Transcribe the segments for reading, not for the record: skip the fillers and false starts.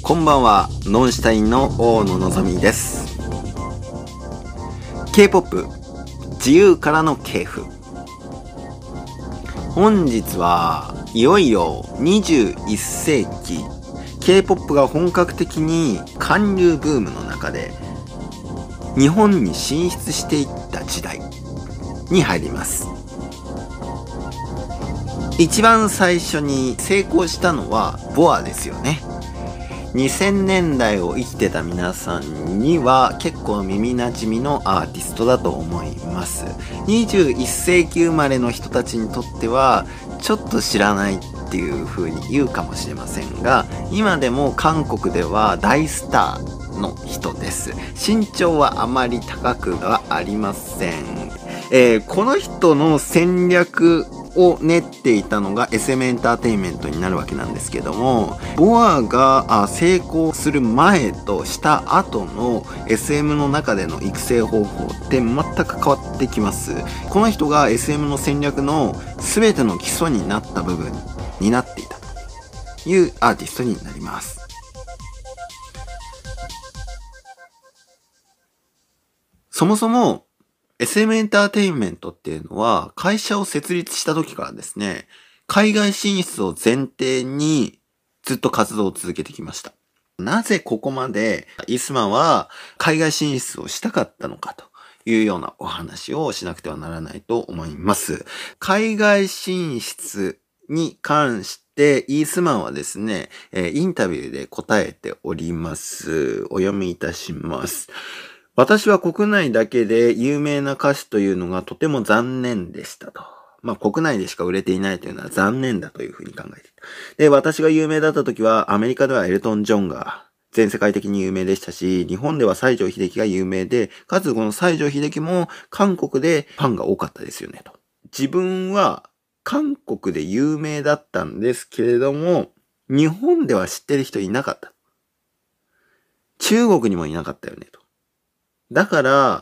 こんばんは、ノンシュタインの大野のぞみです。K-POP 自由からの系譜。本日はいよいよ21世紀 K-POP が本格的に韓流ブームの中で日本に進出していった時代に入ります。一番最初に成功したのはボアですよね。2000年代を生きてた皆さんには結構耳なじみのアーティストだと思います。21世紀生まれの人たちにとってはちょっと知らないっていう風に言うかもしれませんが、今でも韓国では大スターの人です。身長はあまり高くはありません。この人の戦略を練っていたのが SM エンターテインメントになるわけなんですけども、ボアが成功する前とした後の SM の中での育成方法って全く変わってきます。この人が SM の戦略の全ての基礎になった部分になっていたというアーティストになります。そもそもSM エンターテインメントっていうのは会社を設立した時からですね、海外進出を前提にずっと活動を続けてきました。なぜここまでイスマは海外進出をしたかったのかというようなお話をしなくてはならないと思います。海外進出に関してイースマンはですね、インタビューで答えております。お読みいたします。私は国内だけで有名な歌手というのがとても残念でしたと。国内でしか売れていないというのは残念だというふうに考えていた。で、私が有名だった時はアメリカではエルトン・ジョンが全世界的に有名でしたし、日本では西城秀樹が有名で、かつこの西城秀樹も韓国でファンが多かったですよねと。自分は韓国で有名だったんですけれども、日本では知ってる人いなかった。中国にもいなかったよねと。だから、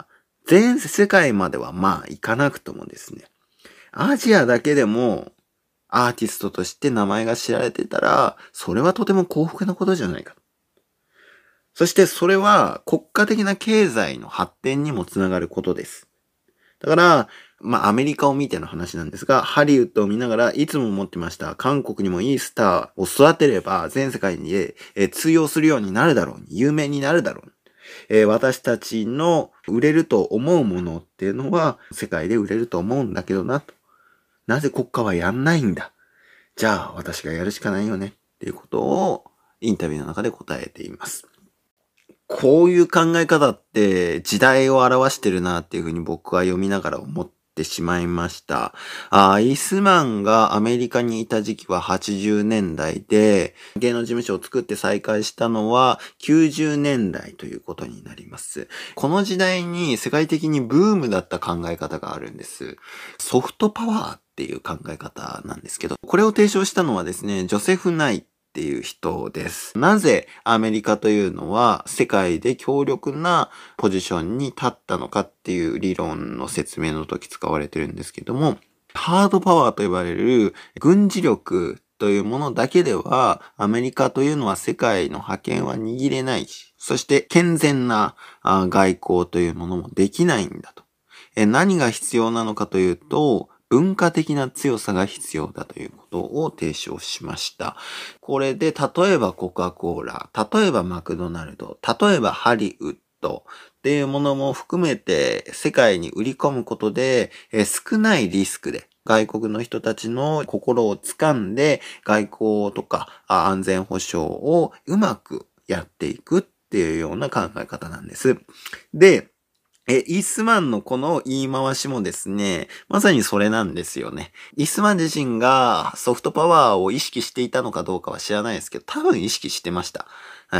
全世界までは行かなくともですね、アジアだけでもアーティストとして名前が知られてたら、それはとても幸福なことじゃないか。そしてそれは国家的な経済の発展にもつながることです。だから、アメリカを見ての話なんですが、ハリウッドを見ながらいつも思ってました。韓国にもいいスターを育てれば全世界に通用するようになるだろう。有名になるだろう。私たちの売れると思うものっていうのは世界で売れると思うんだけどなと。なぜ国家はやんないんだ。じゃあ私がやるしかないよねっていうことをインタビューの中で答えています。こういう考え方って時代を表してるなっていうふうに僕は読みながら思ってしまいました。イスマンがアメリカにいた時期は80年代で、芸能事務所を作って再開したのは90年代ということになります。この時代に世界的にブームだった考え方があるんです。ソフトパワーっていう考え方なんですけど、これを提唱したのはですね、ジョセフ・ナイっていう人です。なぜアメリカというのは世界で強力なポジションに立ったのかっていう理論の説明の時使われてるんですけども、ハードパワーと呼ばれる軍事力というものだけではアメリカというのは世界の覇権は握れないし、そして健全な外交というものもできないんだと。何が必要なのかというと、文化的な強さが必要だということを提唱しました。これで例えばコカ・コーラ、例えばマクドナルド、例えばハリウッドっていうものも含めて世界に売り込むことで、少ないリスクで外国の人たちの心を掴んで外交とか安全保障をうまくやっていくっていうような考え方なんです。で、イースマンのこの言い回しもですね、まさにそれなんですよね。イースマン自身がソフトパワーを意識していたのかどうかは知らないですけど、多分意識してました。はい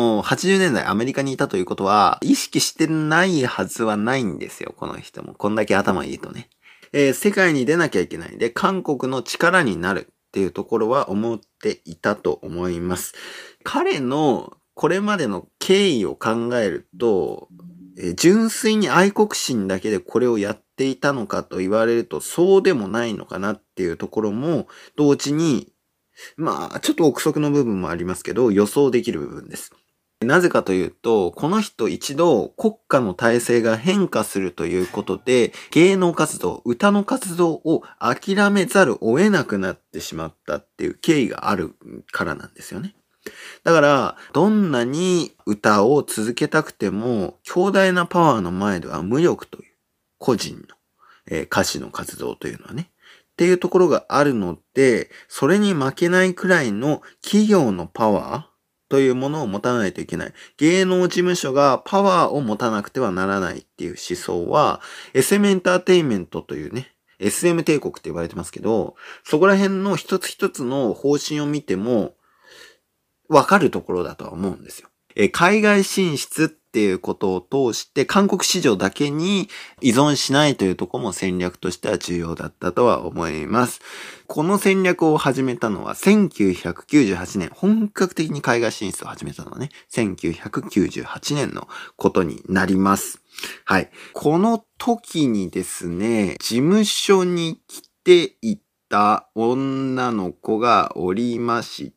。80年代アメリカにいたということは、意識してないはずはないんですよ、この人も。こんだけ頭いいとね。世界に出なきゃいけない。で、韓国の力になるっていうところは思っていたと思います。彼のこれまでの経緯を考えると、純粋に愛国心だけでこれをやっていたのかと言われるとそうでもないのかなっていうところも同時にまあ、ちょっと憶測の部分もありますけど、予想できる部分です。なぜかというと、この人一度国家の体制が変化するということで、芸能活動、歌の活動を諦めざるを得なくなってしまったっていう経緯があるからなんですよね。だから、どんなに歌を続けたくても、強大なパワーの前では無力という、個人の、歌手の活動というのはね。っていうところがあるので、それに負けないくらいの企業のパワーというものを持たないといけない。芸能事務所がパワーを持たなくてはならないっていう思想は、SM エンターテインメントというね、SM 帝国って言われてますけど、そこら辺の一つ一つの方針を見ても、わかるところだとは思うんですよ。海外進出っていうことを通して韓国市場だけに依存しないというところも戦略としては重要だったとは思います。この戦略を始めたのは1998年、本格的に海外進出を始めたのはね、1998年のことになります。はい。この時にですね、事務所に来ていた女の子がおりました。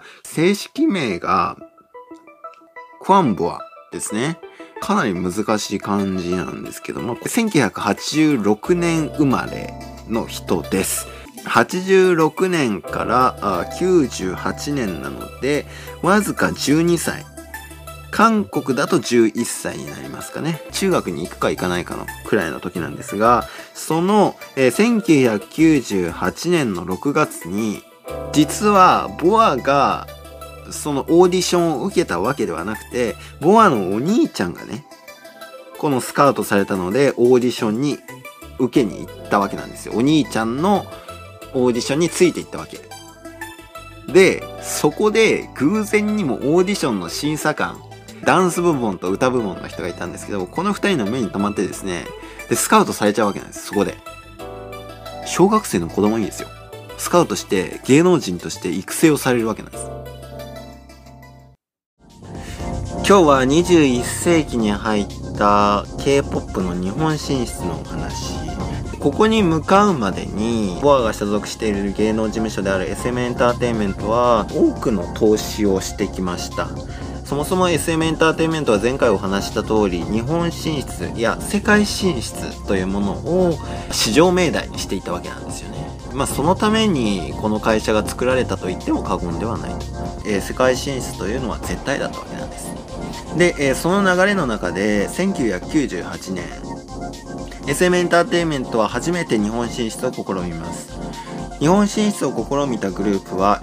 正式名がクワンボアですね。かなり難しい漢字なんですけども、1986年生まれの人です。86年から98年なので、わずか12歳。韓国だと11歳になりますかね。中学に行くか行かないかのくらいの時なんですが、その、1998年の6月に、実はボアがそのオーディションを受けたわけではなくて、ボアのお兄ちゃんがね、このスカウトされたのでオーディションに受けに行ったわけなんですよ。お兄ちゃんのオーディションについていったわけ。で、そこで偶然にもオーディションの審査官、ダンス部門と歌部門の人がいたんですけど、この二人の目に留まってですね、で、スカウトされちゃうわけなんです、そこで。小学生の子供にですよ。スカウトして芸能人として育成をされるわけなんです。今日は21世紀に入った K-POP の日本進出のお話。ここに向かうまでに、ボアが所属している芸能事務所である SM エンターテインメントは多くの投資をしてきました。そもそも SM エンターテインメントは前回お話した通り、日本進出や世界進出というものを市場命題にしていたわけなんですよね。まあそのためにこの会社が作られたと言っても過言ではない。世界進出というのは絶対だったわけなんです。で、その流れの中で1998年 SM エンターテインメントは初めて日本進出を試みます。日本進出を試みたグループは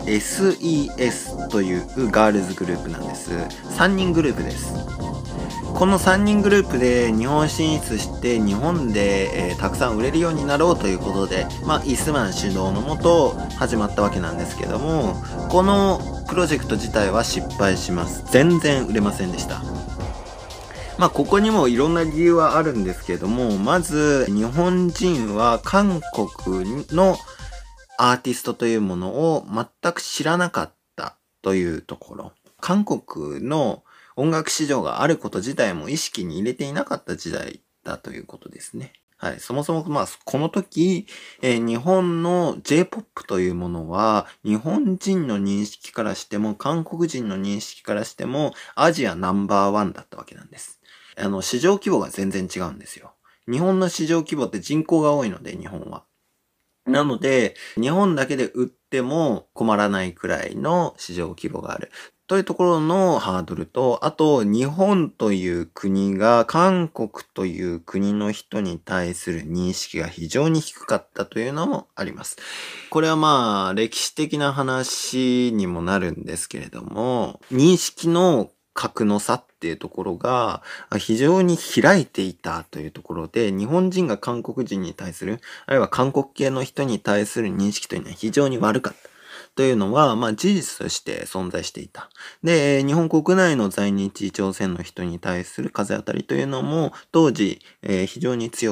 SES というガールズグループなんです。3人グループです。この3人グループで日本進出して日本で、たくさん売れるようになろうということで、イスマン主導のもと始まったわけなんですけども、このプロジェクト自体は失敗します。全然売れませんでした。ここにもいろんな理由はあるんですけども、まず日本人は韓国のアーティストというものを全く知らなかったというところ。韓国の音楽市場があること自体も意識に入れていなかった時代だということですね。はい。そもそも、この時、日本の J-POP というものは、日本人の認識からしても、韓国人の認識からしても、アジアナンバーワンだったわけなんです。市場規模が全然違うんですよ。日本の市場規模って人口が多いので、日本は。なので、日本だけで売っても困らないくらいの市場規模がある。というところのハードルと、あと、日本という国が韓国という国の人に対する認識が非常に低かったというのもあります。これは歴史的な話にもなるんですけれども、認識の格の差っていうところが非常に開いていたというところで、日本人が韓国人に対する、あるいは韓国系の人に対する認識というのは非常に悪かった。というのは、事実として存在していた。で、日本国内の在日朝鮮の人に対する風当たりというのも、当時、非常に強かった。 。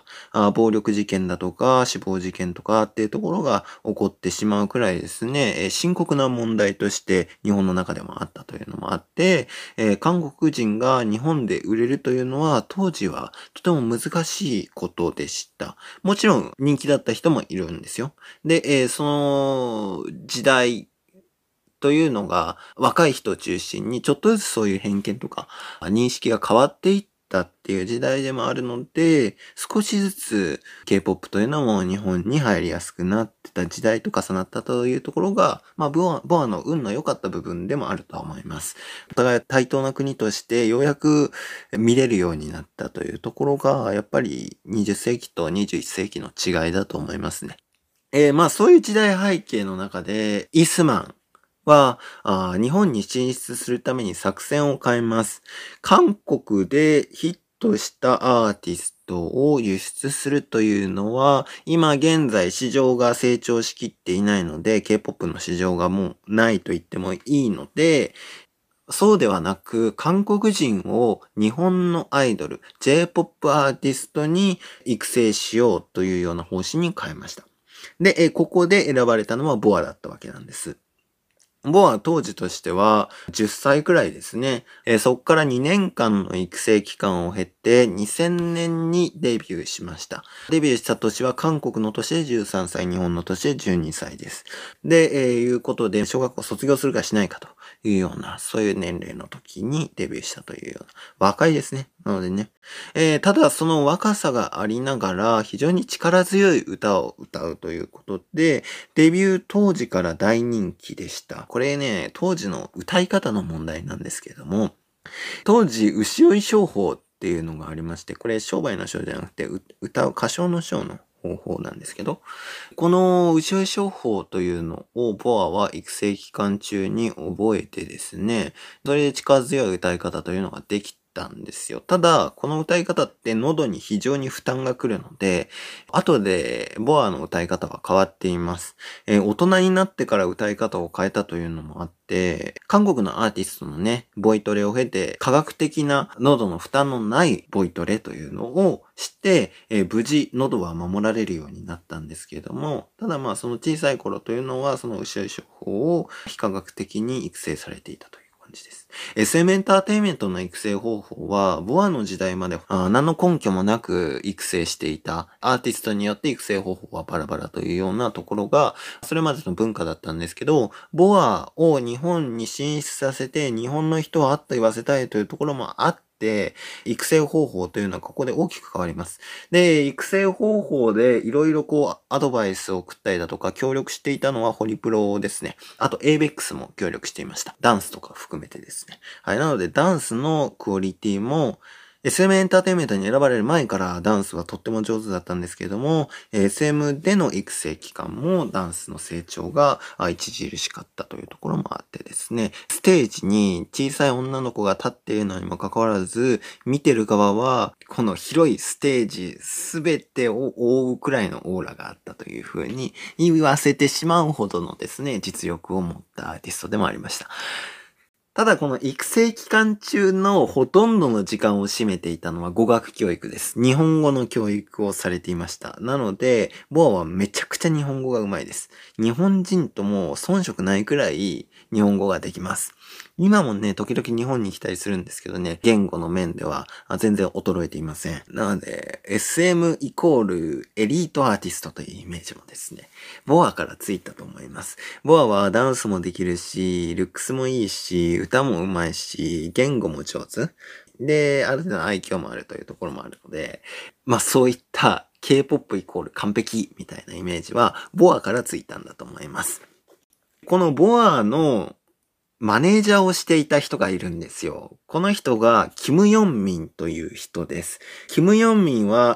暴力事件だとか、死亡事件とかっていうところが起こってしまうくらいですね、深刻な問題として日本の中でもあったというのもあって、韓国人が日本で売れるというのは当時はとても難しいことでした。もちろん人気だった人もいるんですよ。で、その時代というのが若い人を中心にちょっとずつそういう偏見とか認識が変わっていったっていう時代でもあるので、少しずつ K-POP というのも日本に入りやすくなってた時代と重なったというところが、ボアの運の良かった部分でもあるとは思います。お互い対等な国としてようやく見れるようになったというところが、やっぱり20世紀と21世紀の違いだと思いますね。そういう時代背景の中で、イースマンは、日本に進出するために作戦を変えます。韓国でヒットしたアーティストを輸出するというのは、今現在市場が成長しきっていないので、K-POP の市場がもうないと言ってもいいので、そうではなく、韓国人を日本のアイドル、J-POP アーティストに育成しようというような方針に変えました。で、ここで選ばれたのはボアだったわけなんです。ボア当時としては10歳くらいですね。そこから2年間の育成期間を経て2000年にデビューしました。デビューした年は韓国の年で13歳、日本の年で12歳です。で、いうことで小学校卒業するかしないかというような、そういう年齢の時にデビューしたというような、若いですね。なのでね。ただその若さがありながら非常に力強い歌を歌うということで、デビュー当時から大人気でした。これね、当時の歌い方の問題なんですけれども、当時、牛追い商法っていうのがありまして、これ商売の商じゃなくて、歌う歌唱の商の方法なんですけど、この牛追い商法というのをボアは育成期間中に覚えてですね、それで力強い歌い方というのができたんですよ。ただ、この歌い方って喉に非常に負担が来るので、後でボアの歌い方は変わっています。大人になってから歌い方を変えたというのもあって、韓国のアーティストのね、ボイトレを経て、科学的な喉の負担のないボイトレというのをして、無事喉は守られるようになったんですけれども、ただその小さい頃というのは、その牛追い処方を非科学的に育成されていたという感じです。SM エンターテインメントの育成方法は、ボアの時代まで何の根拠もなく育成していた。アーティストによって育成方法はバラバラというようなところが、それまでの文化だったんですけど、ボアを日本に進出させて、日本の人はあっと言わせたいというところもあって、育成方法というのはここで大きく変わります。で、育成方法でいろいろアドバイスを送ったりだとか協力していたのはホリプロですね。あと ABEX も協力していました。ダンスとか含めてですね。はい。なのでダンスのクオリティもSM エンターテインメントに選ばれる前からダンスはとっても上手だったんですけれども、SM での育成期間もダンスの成長が著しかったというところもあってですね、ステージに小さい女の子が立っているのにもかかわらず、見てる側はこの広いステージすべてを覆うくらいのオーラがあったというふうに言わせてしまうほどのですね、実力を持ったアーティストでもありました。ただこの育成期間中のほとんどの時間を占めていたのは語学教育です。日本語の教育をされていました。なので、ボアはめちゃくちゃ日本語が上手いです。日本人とも遜色ないくらい日本語ができます。今もね、時々日本に来たりするんですけどね、言語の面では全然衰えていません。なので、SM イコールエリートアーティストというイメージもですね、ボアからついたと思います。ボアはダンスもできるし、ルックスもいいし、歌も上手いし、言語も上手。で、ある程度の愛嬌もあるというところもあるので、そういった K-POP イコール完璧みたいなイメージは、ボアからついたんだと思います。このボアのマネージャーをしていた人がいるんですよ。この人がキム・ヨンミンという人です。キム・ヨンミンは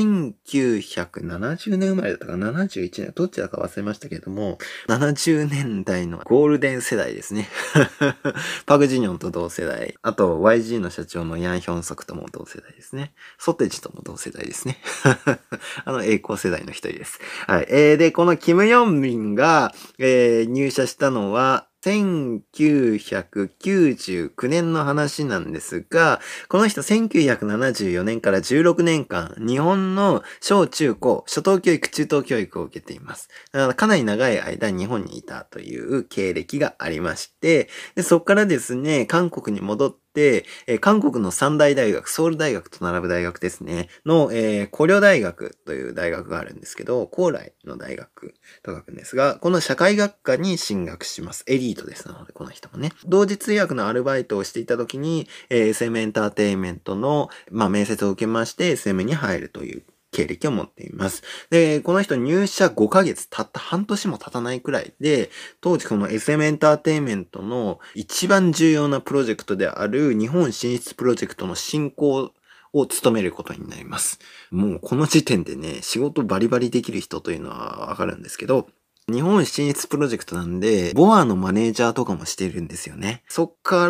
1970年生まれだったか71年、どっちだか忘れましたけれども、70年代のゴールデン世代ですね。パク・ジニョンと同世代。あと YG の社長のヤン・ヒョンソクとも同世代ですね。ソテジとも同世代ですね。栄光世代の一人です。はい。で、このキム・ヨンミンが、入社したのは 1999年の話なんですが、この人1974年から16年間、日本の小中高、初等教育、中等教育を受けています。だからかなり長い間日本にいたという経歴がありまして、でそこからですね、韓国に戻って、韓国の三大大学、ソウル大学と並ぶ大学ですね、の、高陵大学という大学があるんですけど、高麗の大学と書くんですが、この社会学科に進学します。エリートですので、この人もね。同時通訳のアルバイトをしていた時に、SM エンターテインメントの、面接を受けまして、SM に入るという経歴を持っています。で、この人入社5ヶ月、たった半年も経たないくらいで、当時この SM エンターテインメントの一番重要なプロジェクトである日本進出プロジェクトの進行を務めることになります。もうこの時点でね、仕事バリバリできる人というのはわかるんですけど、日本進出プロジェクトなんで、ボアのマネージャーとかもしているんですよね。そっから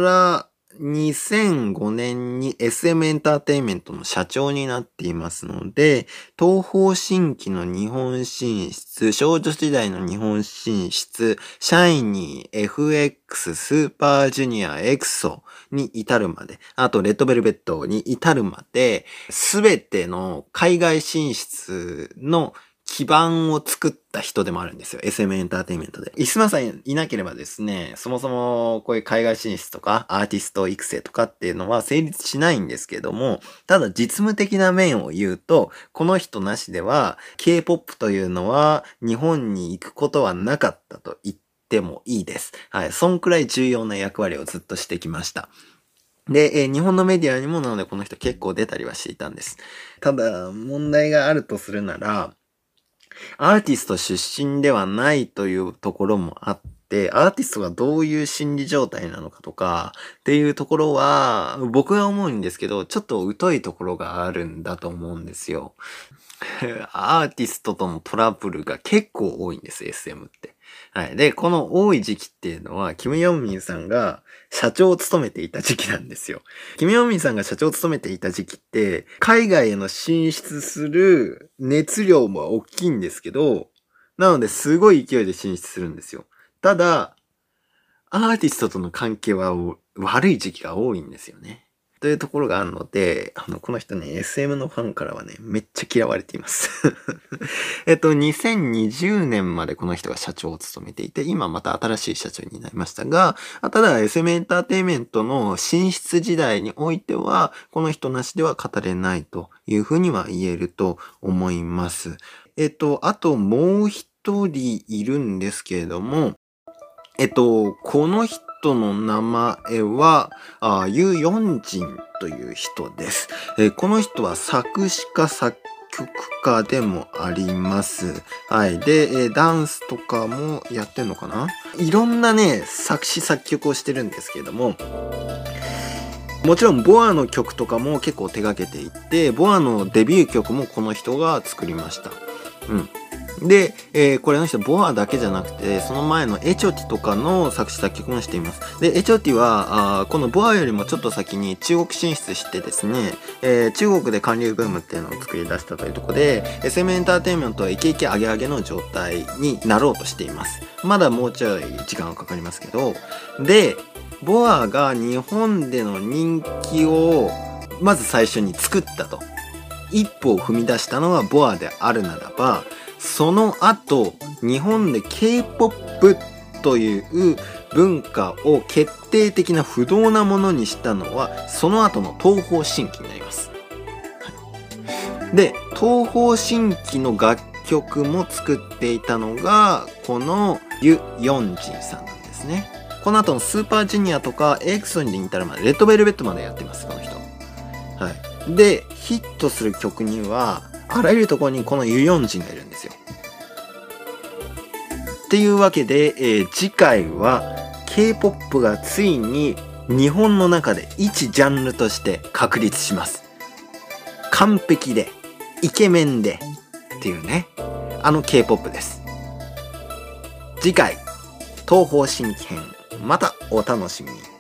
、2005年に SM エンターテインメントの社長になっていますので、東方神起の日本進出、少女時代の日本進出、シャイニー、FX、スーパージュニア、エクソに至るまで、あとレッドベルベットに至るまで、すべての海外進出の基盤を作った人でもあるんですよ。SM エンターテインメントで。イスマさんいなければですね、そもそもこういう海外進出とかアーティスト育成とかっていうのは成立しないんですけども、ただ実務的な面を言うと、この人なしでは K-POP というのは日本に行くことはなかったと言ってもいいです。はい。そんくらい重要な役割をずっとしてきました。で、日本のメディアにもなのでこの人結構出たりはしていたんです。ただ、問題があるとするなら、アーティスト出身ではないというところもあって、アーティストがどういう心理状態なのかとかっていうところは、僕が思うんですけど、ちょっと疎いところがあるんだと思うんですよ。アーティストとのトラブルが結構多いんです、SM って。はい。で、この多い時期っていうのは、キム・ヨンミンさんが社長を務めていた時期なんですよ。キム・ヨンミンさんが社長を務めていた時期って、海外への進出する熱量も大きいんですけど、なのですごい勢いで進出するんですよ。ただ、アーティストとの関係は悪い時期が多いんですよね。というところがあるので、この人ね、SM のファンからはね、めっちゃ嫌われています。2020年までこの人が社長を務めていて、今また新しい社長になりましたが、ただ SM エンターテインメントの進出時代においては、この人なしでは語れないというふうには言えると思います。あともう一人いるんですけれども、この人の名前は、ユ・ヨンジンという人です。この人は作詞家、作曲家でもあります。はい。で、ダンスとかもやってんのかないろんなね、作詞作曲をしてるんですけれども、もちろんボアの曲とかも結構手掛けていて、ボアのデビュー曲もこの人が作りました。うん。で、これの人、ボアだけじゃなくて、その前のエチョティとかの作詞作曲もしています。で、エチョティは、このボアよりもちょっと先に中国進出してですね、中国で韓流ブームっていうのを作り出したというところで、SM エンターテインメントはイケイケアゲアゲの状態になろうとしています。まだもうちょい時間はかかりますけど、で、ボアが日本での人気を、まず最初に作ったと。一歩を踏み出したのはボアであるならば、その後、日本で K-POP という文化を決定的な不動なものにしたのは、その後の東方神起になります。で、東方神起の楽曲も作っていたのが、このユ・ヨンジンさんなんですね。この後のスーパージュニアとかエクソンに至るまで、レッドベルベットまでやってます、この人。はい。で、ヒットする曲には、あらゆるところにこのユ・ヨンジンがいるんですよ。っていうわけで、次回は K-POP がついに日本の中で一ジャンルとして確立します。完璧で、イケメンでっていうね、K-POP です。次回、東方神起編、またお楽しみに。